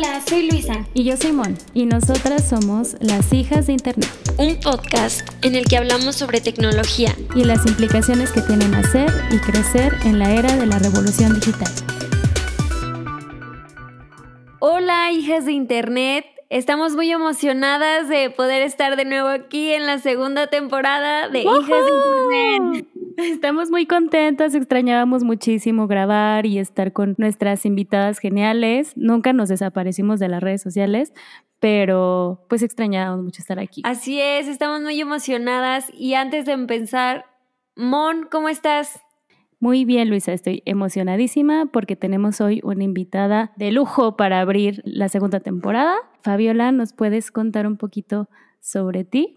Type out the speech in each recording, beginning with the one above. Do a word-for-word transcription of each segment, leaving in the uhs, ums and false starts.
Hola, soy Luisa. Y yo soy Mon, y nosotras somos Las Hijas de Internet. Un podcast en el que hablamos sobre tecnología y las implicaciones que tienen nacer y crecer en la era de la revolución digital. Hola, hijas de Internet. Estamos muy emocionadas de poder estar de nuevo aquí en la segunda temporada de ¡Woohoo! Hijas de Internet. Estamos muy contentas, extrañábamos muchísimo grabar y estar con nuestras invitadas geniales. Nunca nos desaparecimos de las redes sociales, pero pues extrañábamos mucho estar aquí. Así es, estamos muy emocionadas y antes de empezar, Mon, ¿cómo estás? Muy bien, Luisa, estoy emocionadísima porque tenemos hoy una invitada de lujo para abrir la segunda temporada. Fabiola, ¿nos puedes contar un poquito sobre ti?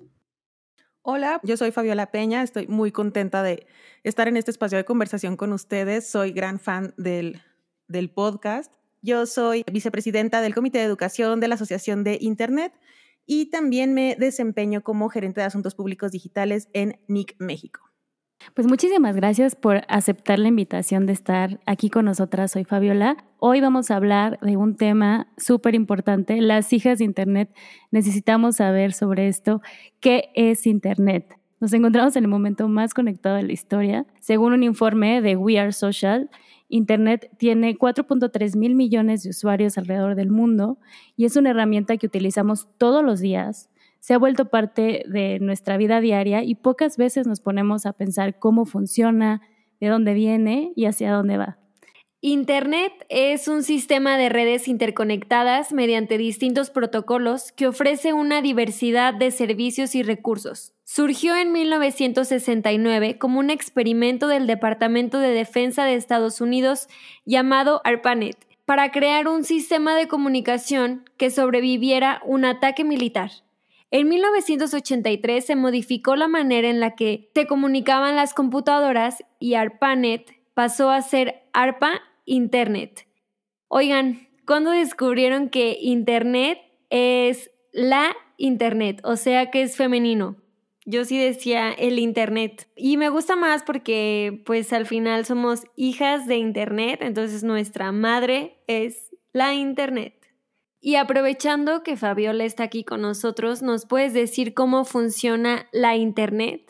Hola, yo soy Fabiola Peña, estoy muy contenta de estar en este espacio de conversación con ustedes. Soy gran fan del, del podcast. Yo soy vicepresidenta del Comité de Educación de la Asociación de Internet y también me desempeño como gerente de Asuntos Públicos Digitales en N I C México. Pues muchísimas gracias por aceptar la invitación de estar aquí con nosotras. Soy Fabiola. Hoy vamos a hablar de un tema súper importante. Las hijas de Internet necesitamos saber sobre esto. ¿Qué es Internet? Nos encontramos en el momento más conectado de la historia. Según un informe de We Are Social, Internet tiene cuatro punto tres mil millones de usuarios alrededor del mundo y es una herramienta que utilizamos todos los días. Se ha vuelto parte de nuestra vida diaria y pocas veces nos ponemos a pensar cómo funciona, de dónde viene y hacia dónde va. Internet es un sistema de redes interconectadas mediante distintos protocolos que ofrece una diversidad de servicios y recursos. Surgió en mil novecientos sesenta y nueve como un experimento del Departamento de Defensa de Estados Unidos llamado ARPANET para crear un sistema de comunicación que sobreviviera un ataque militar. En mil novecientos ochenta y tres se modificó la manera en la que se comunicaban las computadoras y ARPANET pasó a ser ARPA Internet. Oigan, ¿cuándo descubrieron que Internet es la Internet? O sea que es femenino. Yo sí decía el Internet. Y me gusta más porque pues al final somos hijas de Internet, entonces nuestra madre es la Internet. Y aprovechando que Fabiola está aquí con nosotros, ¿nos puedes decir cómo funciona la Internet?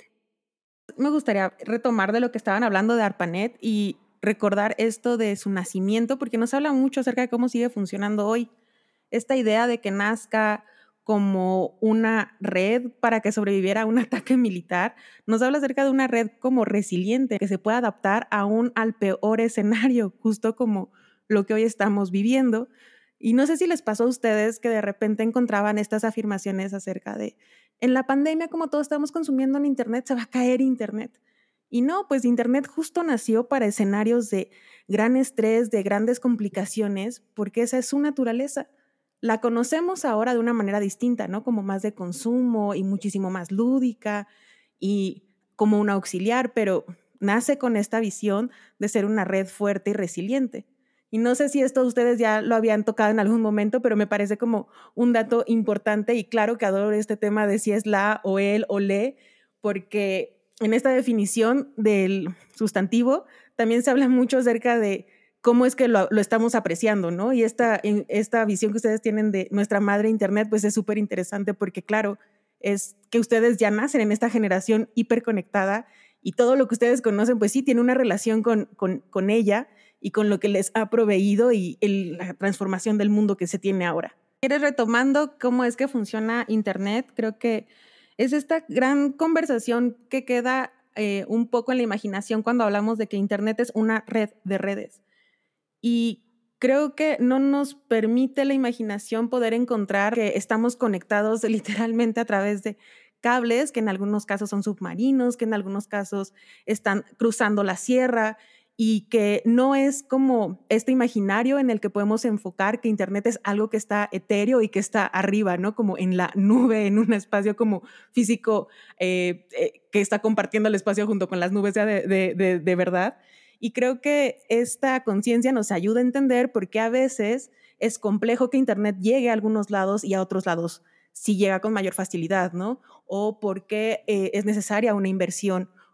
Me gustaría retomar de lo que estaban hablando de ARPANET y recordar esto de su nacimiento, porque nos habla mucho acerca de cómo sigue funcionando hoy. Esta idea de que nazca como una red para que sobreviviera a un ataque militar, nos habla acerca de una red como resiliente, que se puede adaptar aún al peor escenario, justo como lo que hoy estamos viviendo. Y no sé si les pasó a ustedes que de repente encontraban estas afirmaciones acerca de, en la pandemia, como todos estamos consumiendo en Internet, se va a caer Internet. Y no, pues Internet justo nació para escenarios de gran estrés, de grandes complicaciones, porque esa es su naturaleza. La conocemos ahora de una manera distinta, ¿no? Como más de consumo y muchísimo más lúdica y como un auxiliar, pero nace con esta visión de ser una red fuerte y resiliente. Y no sé si esto ustedes ya lo habían tocado en algún momento, pero me parece como un dato importante y claro que adoro este tema de si es la o el o le, porque en esta definición del sustantivo también se habla mucho acerca de cómo es que lo, lo estamos apreciando, ¿no? Y esta, esta visión que ustedes tienen de nuestra madre Internet, pues es súper interesante porque claro, es que ustedes ya nacen en esta generación hiperconectada y todo lo que ustedes conocen, pues sí, tiene una relación con, con, con ella y con lo que les ha proveído y el, la transformación del mundo que se tiene ahora. ¿Quieres retomando cómo es que funciona Internet? Creo que es esta gran conversación que queda eh, un poco en la imaginación cuando hablamos de que Internet es una red de redes. Y creo que no nos permite la imaginación poder encontrar que estamos conectados literalmente a través de cables, que en algunos casos son submarinos, que en algunos casos están cruzando la sierra, y que no es como este imaginario en el que podemos enfocar que Internet es algo que está etéreo y que está arriba, ¿no? Como en la nube, en un espacio como físico eh, eh, que está compartiendo el espacio junto con las nubes de, de, de, de verdad. Y creo que esta conciencia nos ayuda a entender por qué a veces es complejo que Internet llegue a algunos lados y a otros lados sí llega con mayor facilidad, ¿no? O por qué eh, es necesaria una inversión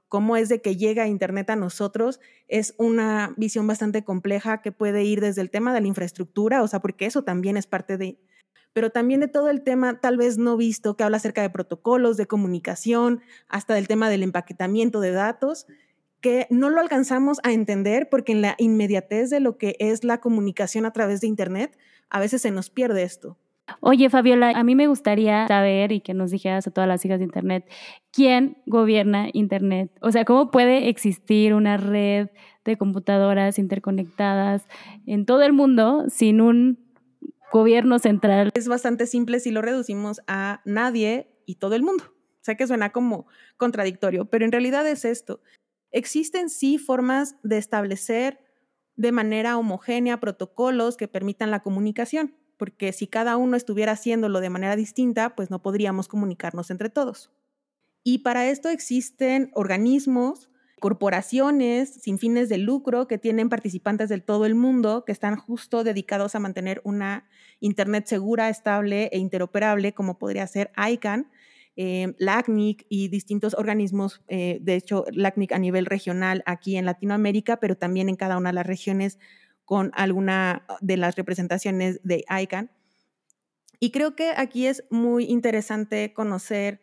cómo es de que llega Internet a nosotros, es una visión bastante compleja que puede ir desde el tema de la infraestructura, o sea, porque eso también es parte de, pero también de todo el tema tal vez no visto, que habla acerca de protocolos, de comunicación, hasta del tema del empaquetamiento de datos, que no lo alcanzamos a entender porque en la inmediatez de lo que es la comunicación a través de Internet, a veces se nos pierde esto. Oye, Fabiola, a mí me gustaría saber y que nos dijeras a todas las hijas de Internet, ¿quién gobierna Internet? O sea, ¿cómo puede existir una red de computadoras interconectadas en todo el mundo sin un gobierno central? Es bastante simple si lo reducimos a nadie y todo el mundo. Sé que suena como contradictorio, pero en realidad es esto. Existen sí formas de establecer de manera homogénea protocolos que permitan la comunicación, porque si cada uno estuviera haciéndolo de manera distinta, pues no podríamos comunicarnos entre todos. Y para esto existen organismos, corporaciones sin fines de lucro que tienen participantes de todo el mundo que están justo dedicados a mantener una Internet segura, estable e interoperable, como podría ser ICANN, eh, LACNIC y distintos organismos, eh, de hecho LACNIC a nivel regional aquí en Latinoamérica, pero también en cada una de las regiones con alguna de las representaciones de ICANN. Y creo que aquí es muy interesante conocer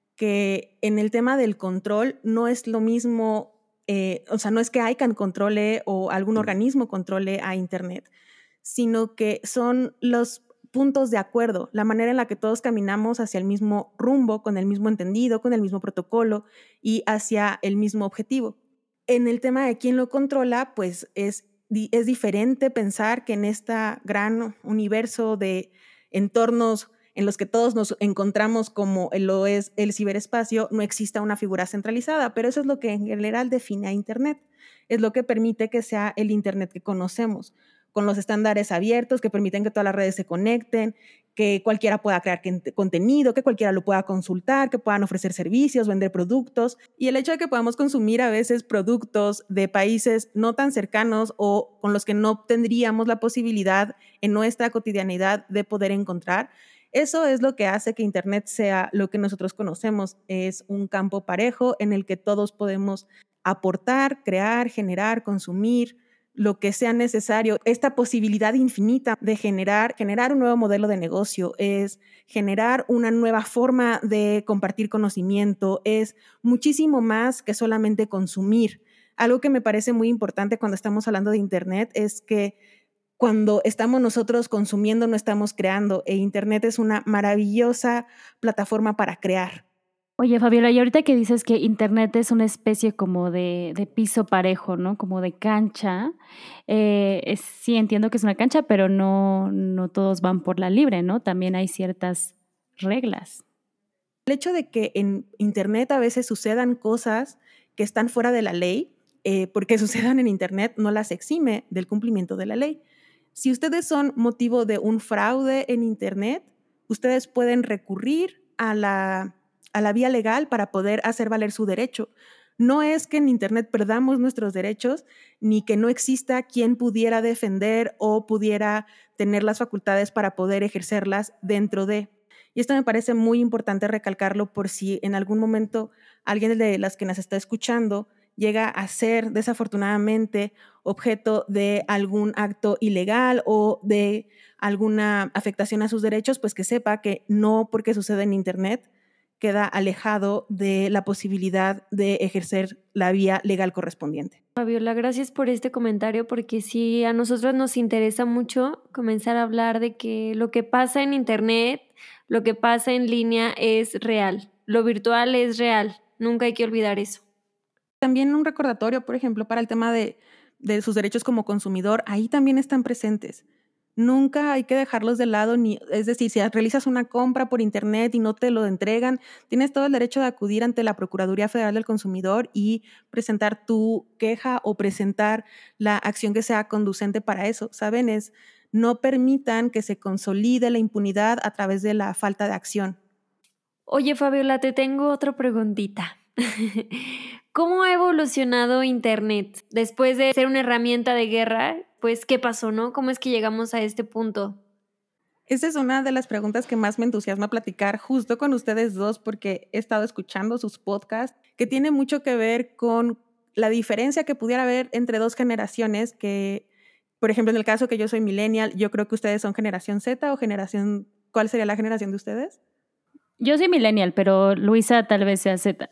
que en el tema del control no es lo mismo, eh, o sea, no es que ICANN controle o algún organismo controle a Internet, sino que son los puntos de acuerdo, la manera en la que todos caminamos hacia el mismo rumbo, con el mismo entendido, con el mismo protocolo y hacia el mismo objetivo. En el tema de quién lo controla, pues es, es diferente pensar que en este gran universo de entornos en los que todos nos encontramos como lo es el ciberespacio, no exista una figura centralizada, pero eso es lo que en general define a Internet, es lo que permite que sea el Internet que conocemos, con los estándares abiertos que permiten que todas las redes se conecten, que cualquiera pueda crear contenido, que cualquiera lo pueda consultar, que puedan ofrecer servicios, vender productos, y el hecho de que podamos consumir a veces productos de países no tan cercanos o con los que no tendríamos la posibilidad en nuestra cotidianidad de poder encontrar. Eso es lo que hace que Internet sea lo que nosotros conocemos. Es un campo parejo en el que todos podemos aportar, crear, generar, consumir, lo que sea necesario. Esta posibilidad infinita de generar, generar un nuevo modelo de negocio, es generar una nueva forma de compartir conocimiento, es muchísimo más que solamente consumir. Algo que me parece muy importante cuando estamos hablando de Internet es que cuando estamos nosotros consumiendo, no estamos creando, e Internet es una maravillosa plataforma para crear. Oye, Fabiola, y ahorita que dices que Internet es una especie como de, de piso parejo, ¿no? Como de cancha. Eh, es, sí, entiendo que es una cancha, pero no, no todos van por la libre, ¿no? También hay ciertas reglas. El hecho de que en Internet a veces sucedan cosas que están fuera de la ley, eh, porque sucedan en Internet, no las exime del cumplimiento de la ley. Si ustedes son motivo de un fraude en Internet, ustedes pueden recurrir a la, a la vía legal para poder hacer valer su derecho. No es que en Internet perdamos nuestros derechos, ni que no exista quien pudiera defender o pudiera tener las facultades para poder ejercerlas dentro de. Y esto me parece muy importante recalcarlo por si en algún momento alguien de las que nos está escuchando llega a ser desafortunadamente objeto de algún acto ilegal o de alguna afectación a sus derechos, pues que sepa que no porque sucede en Internet queda alejado de la posibilidad de ejercer la vía legal correspondiente. Fabiola, gracias por este comentario, porque sí, a nosotros nos interesa mucho comenzar a hablar de que lo que pasa en Internet, lo que pasa en línea es real, lo virtual es real, nunca hay que olvidar eso. También un recordatorio, por ejemplo, para el tema de, de sus derechos como consumidor, ahí también están presentes. Nunca hay que dejarlos de lado, ni, es decir, si realizas una compra por Internet y no te lo entregan, tienes todo el derecho de acudir ante la Procuraduría Federal del Consumidor y presentar tu queja o presentar la acción que sea conducente para eso. ¿Saben? Es, no permitan que se consolide la impunidad a través de la falta de acción. Oye, Fabiola, te tengo otra preguntita. ¿Cómo ha evolucionado Internet? Después de ser una herramienta de guerra, pues, ¿qué pasó, no? ¿Cómo es que llegamos a este punto? Esta es una de las preguntas que más me entusiasma platicar justo con ustedes dos, porque he estado escuchando sus podcasts, que tiene mucho que ver con la diferencia que pudiera haber entre dos generaciones, que, por ejemplo, en el caso que yo soy millennial, yo creo que ustedes son generación Z o generación, ¿cuál sería la generación de ustedes? Yo soy millennial, pero Luisa tal vez sea Z.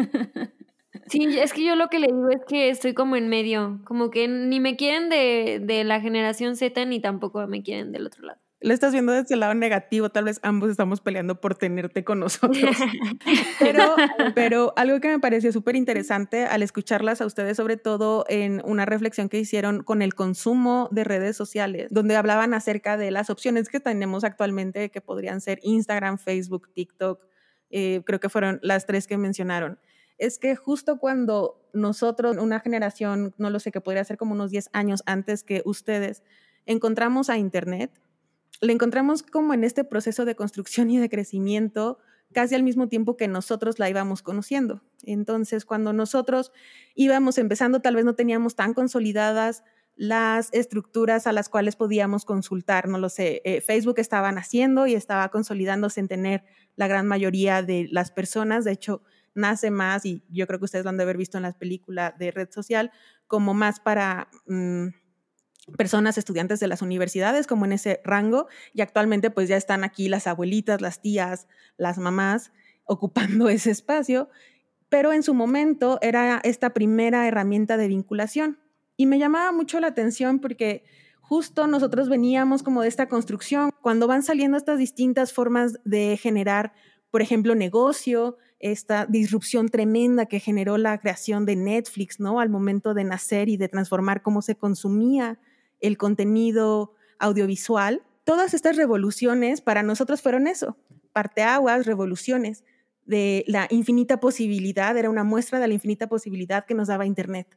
Sí, es que yo lo que le digo es que estoy como en medio, como que ni me quieren de, de la generación Z ni tampoco me quieren del otro lado. Lo estás viendo desde el lado negativo, tal vez ambos estamos peleando por tenerte con nosotros. pero, pero algo que me pareció súper interesante al escucharlas a ustedes, sobre todo en una reflexión que hicieron con el consumo de redes sociales, donde hablaban acerca de las opciones que tenemos actualmente, que podrían ser Instagram, Facebook, TikTok, eh, creo que fueron las tres que mencionaron. Es que justo cuando nosotros, una generación, no lo sé, que podría ser como unos diez años antes que ustedes, encontramos a Internet, le encontramos como en este proceso de construcción y de crecimiento casi al mismo tiempo que nosotros la íbamos conociendo. Entonces, cuando nosotros íbamos empezando, tal vez no teníamos tan consolidadas las estructuras a las cuales podíamos consultar, no lo sé, eh, Facebook estaba naciendo y estaba consolidándose en tener la gran mayoría de las personas. De hecho, nace más, y yo creo que ustedes lo han de haber visto en las películas de red social, como más para mmm, personas estudiantes de las universidades, como en ese rango, y actualmente pues ya están aquí las abuelitas, las tías, las mamás ocupando ese espacio, pero en su momento era esta primera herramienta de vinculación. Y me llamaba mucho la atención porque justo nosotros veníamos como de esta construcción, cuando van saliendo estas distintas formas de generar, por ejemplo, negocio, esta disrupción tremenda que generó la creación de Netflix, ¿no? Al momento de nacer y de transformar cómo se consumía el contenido audiovisual. Todas estas revoluciones para nosotros fueron eso, parteaguas, revoluciones de la infinita posibilidad, era una muestra de la infinita posibilidad que nos daba Internet.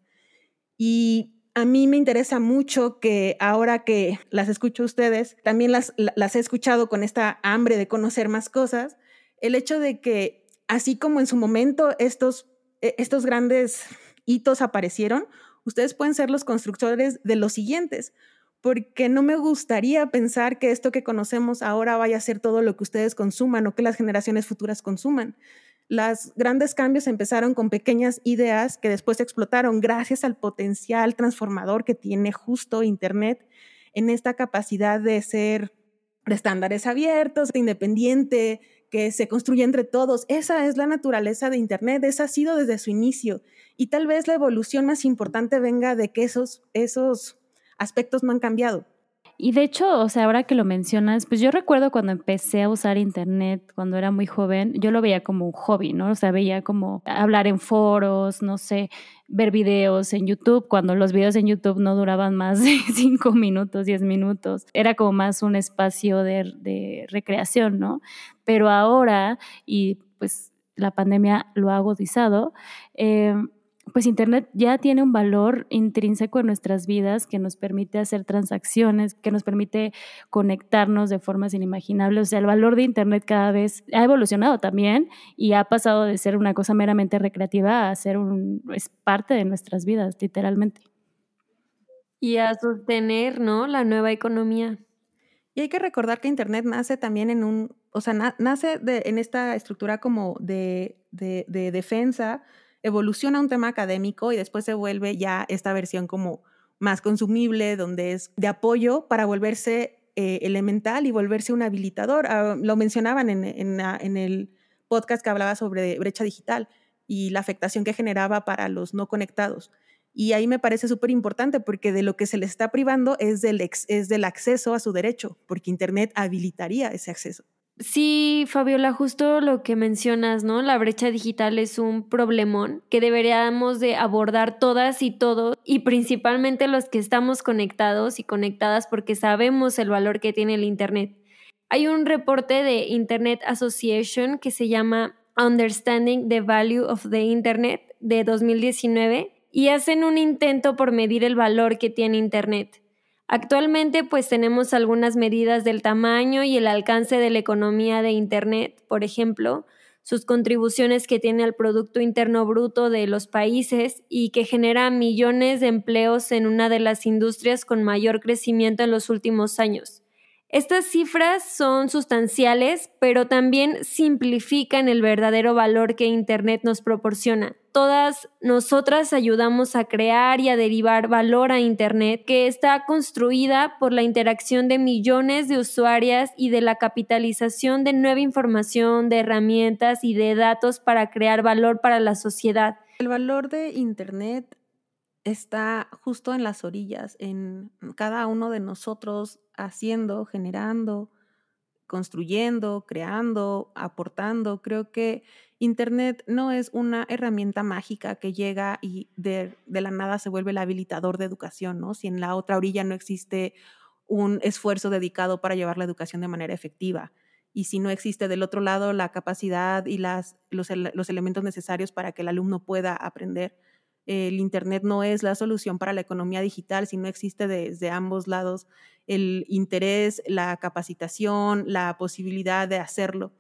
Y a mí me interesa mucho que ahora que las escucho a ustedes, también las, las he escuchado con esta hambre de conocer más cosas, el hecho de que así como en su momento estos, estos grandes hitos aparecieron, ustedes pueden ser los constructores de los siguientes, porque no me gustaría pensar que esto que conocemos ahora vaya a ser todo lo que ustedes consuman o que las generaciones futuras consuman. Los grandes cambios empezaron con pequeñas ideas que después explotaron gracias al potencial transformador que tiene justo Internet en esta capacidad de ser de estándares abiertos, de independiente, que se construye entre todos. Esa es la naturaleza de Internet, esa ha sido desde su inicio. Y tal vez la evolución más importante venga de que esos, esos aspectos no han cambiado. Y de hecho, o sea, ahora que lo mencionas, pues yo recuerdo cuando empecé a usar Internet, cuando era muy joven, yo lo veía como un hobby, ¿no? O sea, veía como hablar en foros, no sé, ver videos en YouTube, cuando los videos en YouTube no duraban más de cinco minutos, diez minutos. Era como más un espacio de, de recreación, ¿no? Pero ahora, y pues la pandemia lo ha agudizado, eh, pues Internet ya tiene un valor intrínseco en nuestras vidas que nos permite hacer transacciones, que nos permite conectarnos de formas inimaginables. O sea, el valor de Internet cada vez ha evolucionado también y ha pasado de ser una cosa meramente recreativa a ser un, es parte de nuestras vidas, literalmente. Y a sostener, ¿no?, la nueva economía. Y hay que recordar que Internet nace también en un, o sea, na, nace de, en esta estructura como de, de, de defensa, evoluciona un tema académico y después se vuelve ya esta versión como más consumible, donde es de apoyo para volverse eh, elemental y volverse un habilitador. Uh, lo mencionaban en, en, en el podcast que hablaba sobre brecha digital y la afectación que generaba para los no conectados. Y ahí me parece súper importante porque de lo que se les está privando es del, ex, es del acceso a su derecho, porque Internet habilitaría ese acceso. Sí, Fabiola, justo lo que mencionas, ¿no? La brecha digital es un problemón que deberíamos de abordar todas y todos, y principalmente los que estamos conectados y conectadas porque sabemos el valor que tiene el Internet. Hay un reporte de Internet Association que se llama Understanding the Value of the Internet de dos mil diecinueve y hacen un intento por medir el valor que tiene Internet. Actualmente, pues tenemos algunas medidas del tamaño y el alcance de la economía de Internet, por ejemplo, sus contribuciones que tiene al Producto Interno Bruto de los países y que genera millones de empleos en una de las industrias con mayor crecimiento en los últimos años. Estas cifras son sustanciales, pero también simplifican el verdadero valor que Internet nos proporciona. Todas nosotras ayudamos a crear y a derivar valor a Internet, que está construida por la interacción de millones de usuarias y de la capitalización de nueva información, de herramientas y de datos para crear valor para la sociedad. El valor de Internet está justo en las orillas, en cada uno de nosotros haciendo, generando, construyendo, creando, aportando. Creo que Internet no es una herramienta mágica que llega y de, de la nada se vuelve el habilitador de educación, ¿no? Si en la otra orilla no existe un esfuerzo dedicado para llevar la educación de manera efectiva, y si no existe del otro lado la capacidad y las, los, los elementos necesarios para que el alumno pueda aprender. El Internet no es la solución para la economía digital si no existe desde ambos lados el interés, la capacitación, la posibilidad de hacerlo.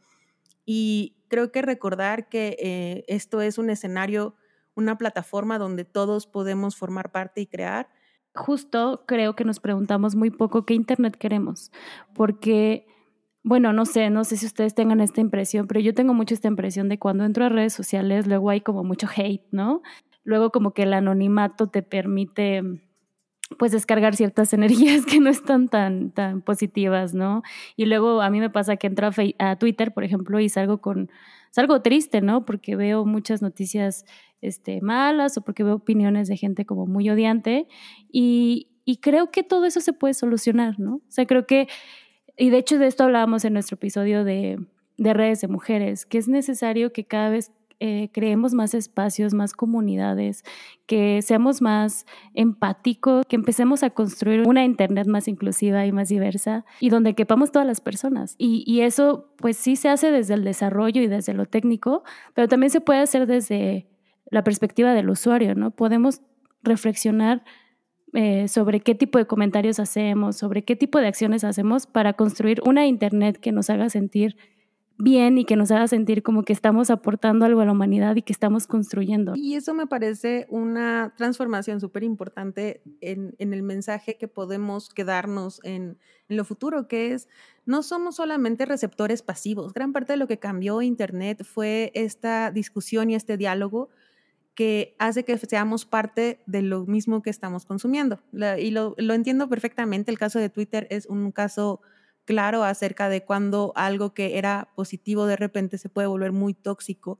Y creo que recordar que eh, esto es un escenario, una plataforma donde todos podemos formar parte y crear. Justo creo que nos preguntamos muy poco qué Internet queremos, porque, bueno, no sé, no sé si ustedes tengan esta impresión, pero yo tengo mucho esta impresión de cuando entro a redes sociales, luego hay como mucho hate, ¿no? Luego como que el anonimato te permite pues descargar ciertas energías que no están tan, tan positivas, ¿no? Y luego a mí me pasa que entro a, Fe- a Twitter, por ejemplo, y salgo con, salgo triste, ¿no? Porque veo muchas noticias este, malas o porque veo opiniones de gente como muy odiante y, y creo que todo eso se puede solucionar, ¿no? O sea, creo que, y de hecho de esto hablábamos en nuestro episodio de, de redes de mujeres, que es necesario que cada vez Eh, creemos más espacios, más comunidades, que seamos más empáticos, que empecemos a construir una Internet más inclusiva y más diversa y donde quepamos todas las personas. Y, y eso pues sí se hace desde el desarrollo y desde lo técnico, pero también se puede hacer desde la perspectiva del usuario, ¿no? Podemos reflexionar eh, sobre qué tipo de comentarios hacemos, sobre qué tipo de acciones hacemos para construir una Internet que nos haga sentir bien y que nos haga sentir como que estamos aportando algo a la humanidad y que estamos construyendo. Y eso me parece una transformación súper importante en, en el mensaje que podemos quedarnos en, en lo futuro, que es, no somos solamente receptores pasivos. Gran parte de lo que cambió Internet fue esta discusión y este diálogo que hace que seamos parte de lo mismo que estamos consumiendo. La, y lo, lo entiendo perfectamente. El caso de Twitter es un caso claro acerca de cuando algo que era positivo de repente se puede volver muy tóxico.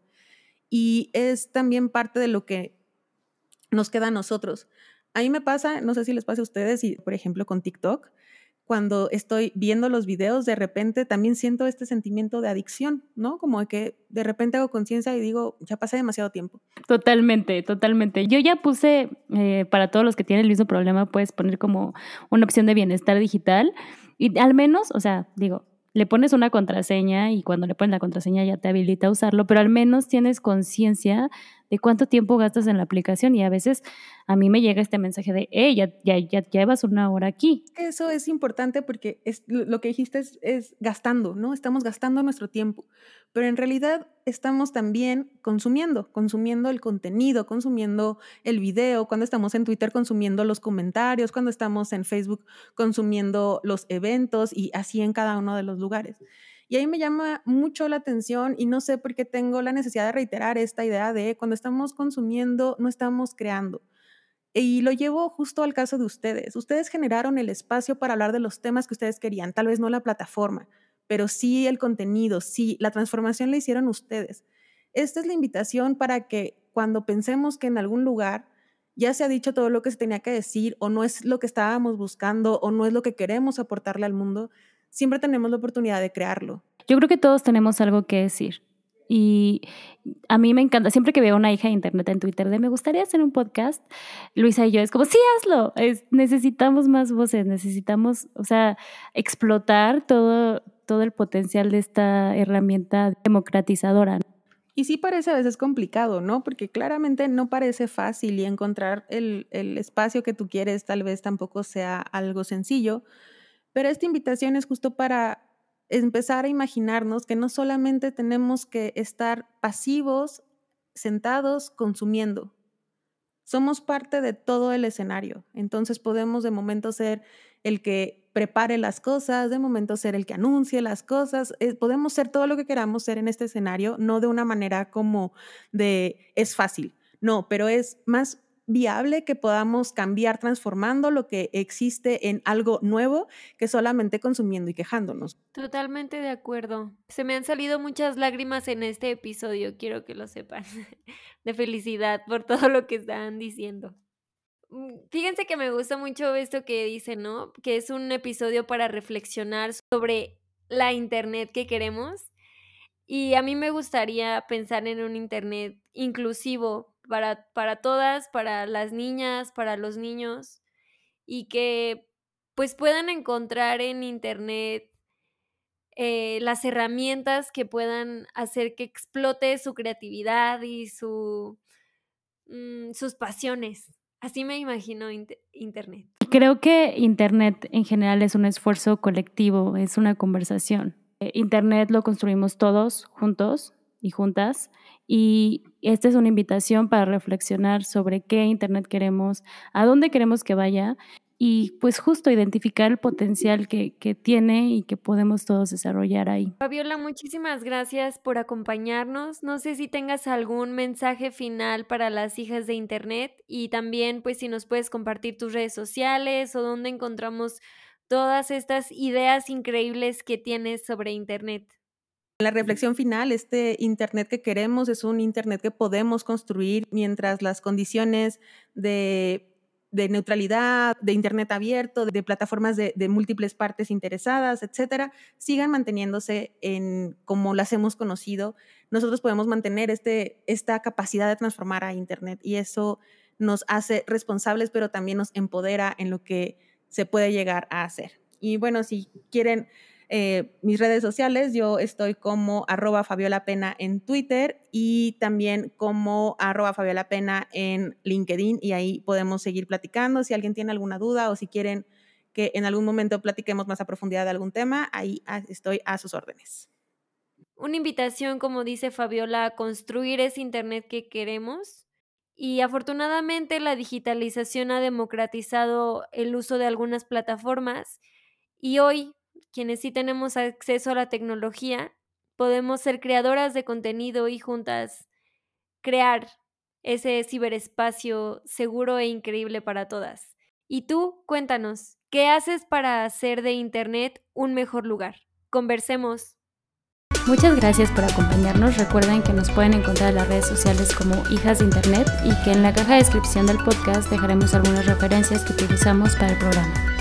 Y es también parte de lo que nos queda a nosotros. A mí me pasa, no sé si les pasa a ustedes, y por ejemplo con TikTok, cuando estoy viendo los videos, de repente también siento este sentimiento de adicción, ¿no? Como que de repente hago conciencia y digo, ya pasé demasiado tiempo. Totalmente, totalmente. Yo ya puse, eh, para todos los que tienen el mismo problema, puedes poner como una opción de bienestar digital y al menos, o sea, digo, le pones una contraseña y cuando le pones la contraseña ya te habilita a usarlo, pero al menos tienes conciencia de cuánto tiempo gastas en la aplicación y a veces a mí me llega este mensaje de, hey, ya, ya, ya llevas una hora aquí. Eso es importante porque es, lo que dijiste es, es gastando, ¿no? Estamos gastando nuestro tiempo, pero en realidad estamos también consumiendo, consumiendo el contenido, consumiendo el video, cuando estamos en Twitter consumiendo los comentarios, cuando estamos en Facebook consumiendo los eventos y así en cada uno de los lugares. Y ahí me llama mucho la atención y no sé por qué tengo la necesidad de reiterar esta idea de cuando estamos consumiendo, no estamos creando. Y lo llevo justo al caso de ustedes. Ustedes generaron el espacio para hablar de los temas que ustedes querían, tal vez no la plataforma, pero sí el contenido, sí, la transformación la hicieron ustedes. Esta es la invitación para que cuando pensemos que en algún lugar ya se ha dicho todo lo que se tenía que decir o no es lo que estábamos buscando o no es lo que queremos aportarle al mundo, siempre tenemos la oportunidad de crearlo. Yo creo que todos tenemos algo que decir. Y a mí me encanta, siempre que veo una hija de internet en Twitter de me gustaría hacer un podcast, Luisa y yo es como, sí, hazlo, es, necesitamos más voces, necesitamos, o sea, explotar todo, todo el potencial de esta herramienta democratizadora. Y sí parece a veces complicado, ¿no? Porque claramente no parece fácil y encontrar el, el espacio que tú quieres tal vez tampoco sea algo sencillo, pero esta invitación es justo para empezar a imaginarnos que no solamente tenemos que estar pasivos, sentados, consumiendo. Somos parte de todo el escenario. Entonces podemos de momento ser el que prepare las cosas, de momento ser el que anuncie las cosas. Eh, podemos ser todo lo que queramos ser en este escenario, no de una manera como de es fácil, no, pero es más viable que podamos cambiar transformando lo que existe en algo nuevo que solamente consumiendo y quejándonos. Totalmente de acuerdo. Se me han salido muchas lágrimas en este episodio, quiero que lo sepan, de felicidad por todo lo que están diciendo. Fíjense que me gusta mucho esto que dicen, ¿no? Que es un episodio para reflexionar sobre la internet que queremos. Y a mí me gustaría pensar en un internet inclusivo para, para todas, para las niñas, para los niños, y que pues puedan encontrar en internet eh, las herramientas que puedan hacer que explote su creatividad y su, mm, sus pasiones. Así me imagino inter- internet. Creo que internet en general es un esfuerzo colectivo, es una conversación. Internet lo construimos todos juntos y juntas, y esta es una invitación para reflexionar sobre qué internet queremos, a dónde queremos que vaya, y pues justo identificar el potencial que, que tiene y que podemos todos desarrollar ahí. Fabiola, muchísimas gracias por acompañarnos. No sé si tengas algún mensaje final para las hijas de internet, y también pues si nos puedes compartir tus redes sociales o dónde encontramos todas estas ideas increíbles que tienes sobre internet. La reflexión final, este internet que queremos es un internet que podemos construir mientras las condiciones de de neutralidad, de internet abierto, de plataformas de, de múltiples partes interesadas, etcétera, sigan manteniéndose en como las hemos conocido. Nosotros podemos mantener este, esta capacidad de transformar a internet, y eso nos hace responsables, pero también nos empodera en lo que se puede llegar a hacer. Y bueno, si quieren Eh, mis redes sociales, yo estoy como arroba Fabiola Pena en Twitter y también como arroba Fabiola Pena en LinkedIn, y ahí podemos seguir platicando. Si alguien tiene alguna duda o si quieren que en algún momento platiquemos más a profundidad de algún tema, ahí estoy a sus órdenes. Una invitación, como dice Fabiola, a construir ese internet que queremos. Y afortunadamente la digitalización ha democratizado el uso de algunas plataformas, y hoy quienes sí tenemos acceso a la tecnología, podemos ser creadoras de contenido y juntas crear ese ciberespacio seguro e increíble para todas. Y tú, cuéntanos, ¿qué haces para hacer de internet un mejor lugar? Conversemos. Muchas gracias por acompañarnos. Recuerden que nos pueden encontrar en las redes sociales como Hijas de Internet, y que en la caja de descripción del podcast dejaremos algunas referencias que utilizamos para el programa.